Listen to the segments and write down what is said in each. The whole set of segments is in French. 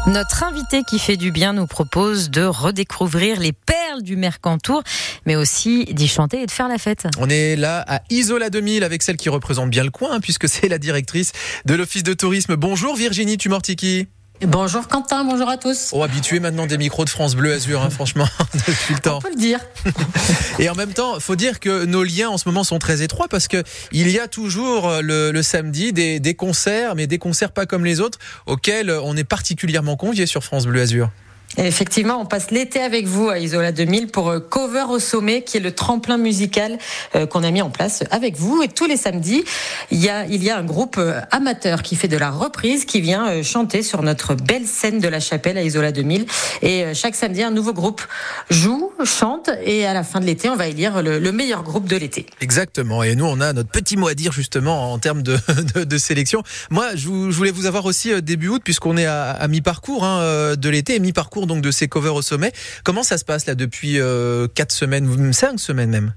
Notre invité qui fait du bien nous propose de redécouvrir les perles du Mercantour, mais aussi d'y chanter et de faire la fête. On est là à Isola 2000 avec celle qui représente bien le coin, puisque c'est la directrice de l'Office de tourisme. Bonjour Virginie Tumortiki. Bonjour Quentin, bonjour à tous. Habitué maintenant des micros de France Bleu Azur, franchement, depuis le temps. On peut le dire. Et en même temps, faut dire que nos liens en ce moment sont très étroits parce que il y a toujours le samedi des concerts, mais des concerts pas comme les autres, auxquels on est particulièrement conviés sur France Bleu Azur. Et effectivement, on passe l'été avec vous à Isola 2000 pour Cover au sommet, qui est le tremplin musical qu'on a mis en place avec vous. Et tous les samedis, il y a un groupe amateur qui fait de la reprise, qui vient chanter sur notre belle scène de la chapelle à Isola 2000. Et chaque samedi, un nouveau groupe joue, chante, et à la fin de l'été, on va élire le meilleur groupe de l'été. Exactement. Et nous, on a notre petit mot à dire justement en termes de sélection. Moi, je voulais vous avoir aussi début août, puisqu'on est à mi-parcours de l'été, et mi-parcours donc de ces covers au sommet. Comment ça se passe là depuis 4 semaines, 5 semaines même?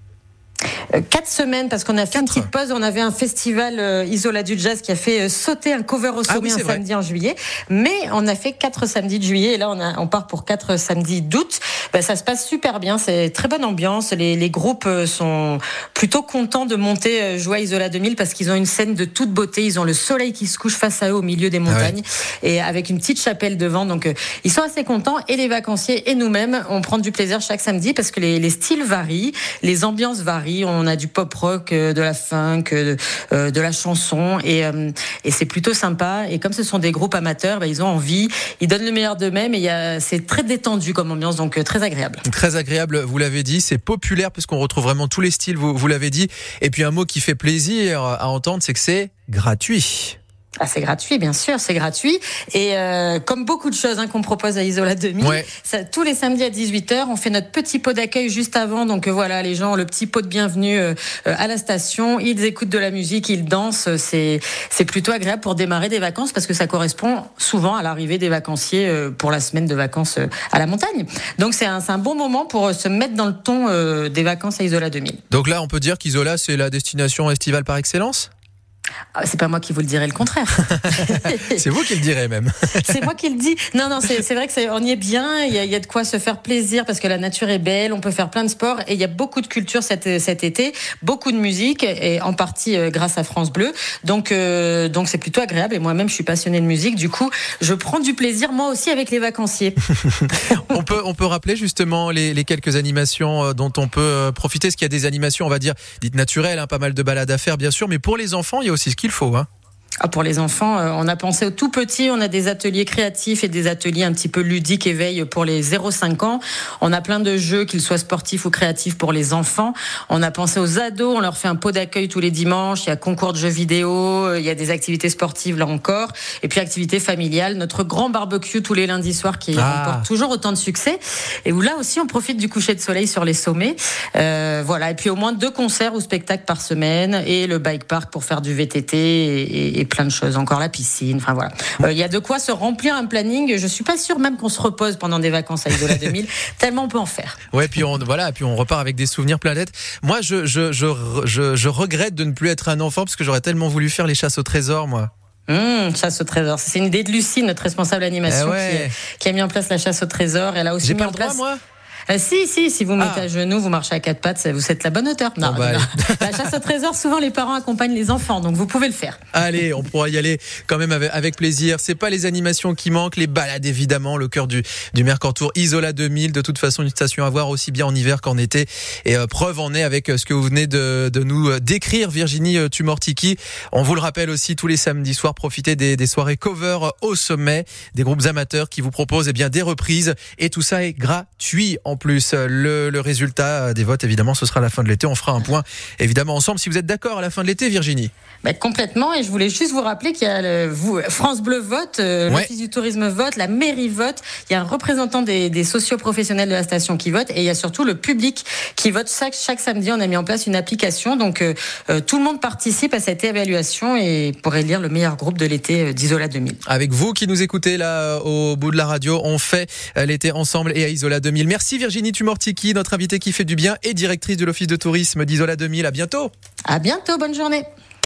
4 semaines, parce qu'on a fait une petite pause. On avait un festival Isola du Jazz qui a fait sauter un cover au sommet un samedi en juillet. Mais on a fait 4 samedis de juillet et là on part pour 4 samedis d'août. Ça se passe super bien, c'est très bonne ambiance. Les groupes sont plutôt contents de monter jouer à Isola 2000 parce qu'ils ont une scène de toute beauté. Ils ont le soleil qui se couche face à eux au milieu des montagnes et avec une petite chapelle devant. Donc ils sont assez contents et les vacanciers et nous-mêmes, on prend du plaisir chaque samedi parce que les styles varient, les ambiances varient. On a du pop rock, de la funk, de la chanson et c'est plutôt sympa. Et comme ce sont des groupes amateurs, ils ont envie, ils donnent le meilleur d'eux-mêmes et c'est très détendu comme ambiance, donc très agréable. Très agréable, vous l'avez dit, c'est populaire parce qu'on retrouve vraiment tous les styles, vous l'avez dit. Et puis un mot qui fait plaisir à entendre, c'est que c'est gratuit. Ah, c'est gratuit, bien sûr, c'est gratuit. Et comme beaucoup de choses qu'on propose à Isola 2000, tous les samedis à 18h, on fait notre petit pot d'accueil juste avant. Donc voilà, les gens ont le petit pot de bienvenue à la station. Ils écoutent de la musique, ils dansent. C'est plutôt agréable pour démarrer des vacances parce que ça correspond souvent à l'arrivée des vacanciers pour la semaine de vacances à la montagne. Donc c'est un bon moment pour se mettre dans le ton des vacances à Isola 2000. Donc là, on peut dire qu'Isola, c'est la destination estivale par excellence ? C'est pas moi qui vous le dirai le contraire. C'est vous qui le direz même. C'est moi qui le dis. Non, c'est vrai que on y est bien. Il y a de quoi se faire plaisir parce que la nature est belle. On peut faire plein de sports et il y a beaucoup de culture cet été, beaucoup de musique et en partie grâce à France Bleu. Donc c'est plutôt agréable. Et moi-même, je suis passionnée de musique. Du coup, je prends du plaisir moi aussi avec les vacanciers. On peut rappeler justement les quelques animations dont on peut profiter. Est-ce qu'il y a des animations, on va dire, dites naturelles, pas mal de balades à faire, bien sûr, mais pour les enfants, il y a aussi ce qu'il faut. Pour les enfants, on a pensé aux tout petits, on a des ateliers créatifs et des ateliers un petit peu ludiques éveil pour les 0-5 ans. On a plein de jeux, qu'ils soient sportifs ou créatifs pour les enfants. On a pensé aux ados, on leur fait un pot d'accueil tous les dimanches, il y a concours de jeux vidéo, il y a des activités sportives là encore, et puis activités familiales, notre grand barbecue tous les lundis soirs qui remporte toujours autant de succès, et où là aussi on profite du coucher de soleil sur les sommets. Voilà, et puis au moins 2 concerts ou spectacles par semaine, et le bike park pour faire du VTT et plein de choses, encore la piscine, enfin voilà. Il y a de quoi se remplir un planning. Je suis pas sûre même qu'on se repose pendant des vacances à Isola 2000, tellement on peut en faire. Ouais, puis on repart avec des souvenirs plein d'être. Moi, je regrette de ne plus être un enfant parce que j'aurais tellement voulu faire les chasses au trésor, moi. Chasse au trésor. C'est une idée de Lucie, notre responsable animation, qui a mis en place la chasse au trésor. Elle a aussi mis en place. Moi si vous mettez à genoux, vous marchez à 4 pattes, vous êtes la bonne hauteur. Non. La chasse au trésor, souvent les parents accompagnent les enfants, donc vous pouvez le faire. Allez, on pourra y aller quand même avec plaisir. C'est pas les animations qui manquent, les balades évidemment, le cœur du Mercantour, Isola 2000, de toute façon une station à voir aussi bien en hiver qu'en été. Et preuve en est avec ce que vous venez de nous décrire, Virginie Tumortiki. On vous le rappelle aussi, tous les samedis soirs, profitez des soirées cover au sommet, des groupes amateurs qui vous proposent des reprises, et tout ça est gratuit. En plus, le résultat des votes, évidemment, ce sera à la fin de l'été. On fera un point, évidemment, ensemble. Si vous êtes d'accord à la fin de l'été, Virginie. Complètement. Et je voulais juste vous rappeler qu'il y a France Bleu vote, l'Office du tourisme vote, la mairie vote. Il y a un représentant des socio-professionnels de la station qui vote. Et il y a surtout le public qui vote. Chaque samedi, on a mis en place une application. Donc, tout le monde participe à cette évaluation et pour élire le meilleur groupe de l'été d'Isola 2000. Avec vous qui nous écoutez là au bout de la radio, on fait l'été ensemble et à Isola 2000. Merci Virginie Tumortiki, notre invitée qui fait du bien et directrice de l'Office de tourisme d'Isola 2000. À bientôt. À bientôt, bonne journée.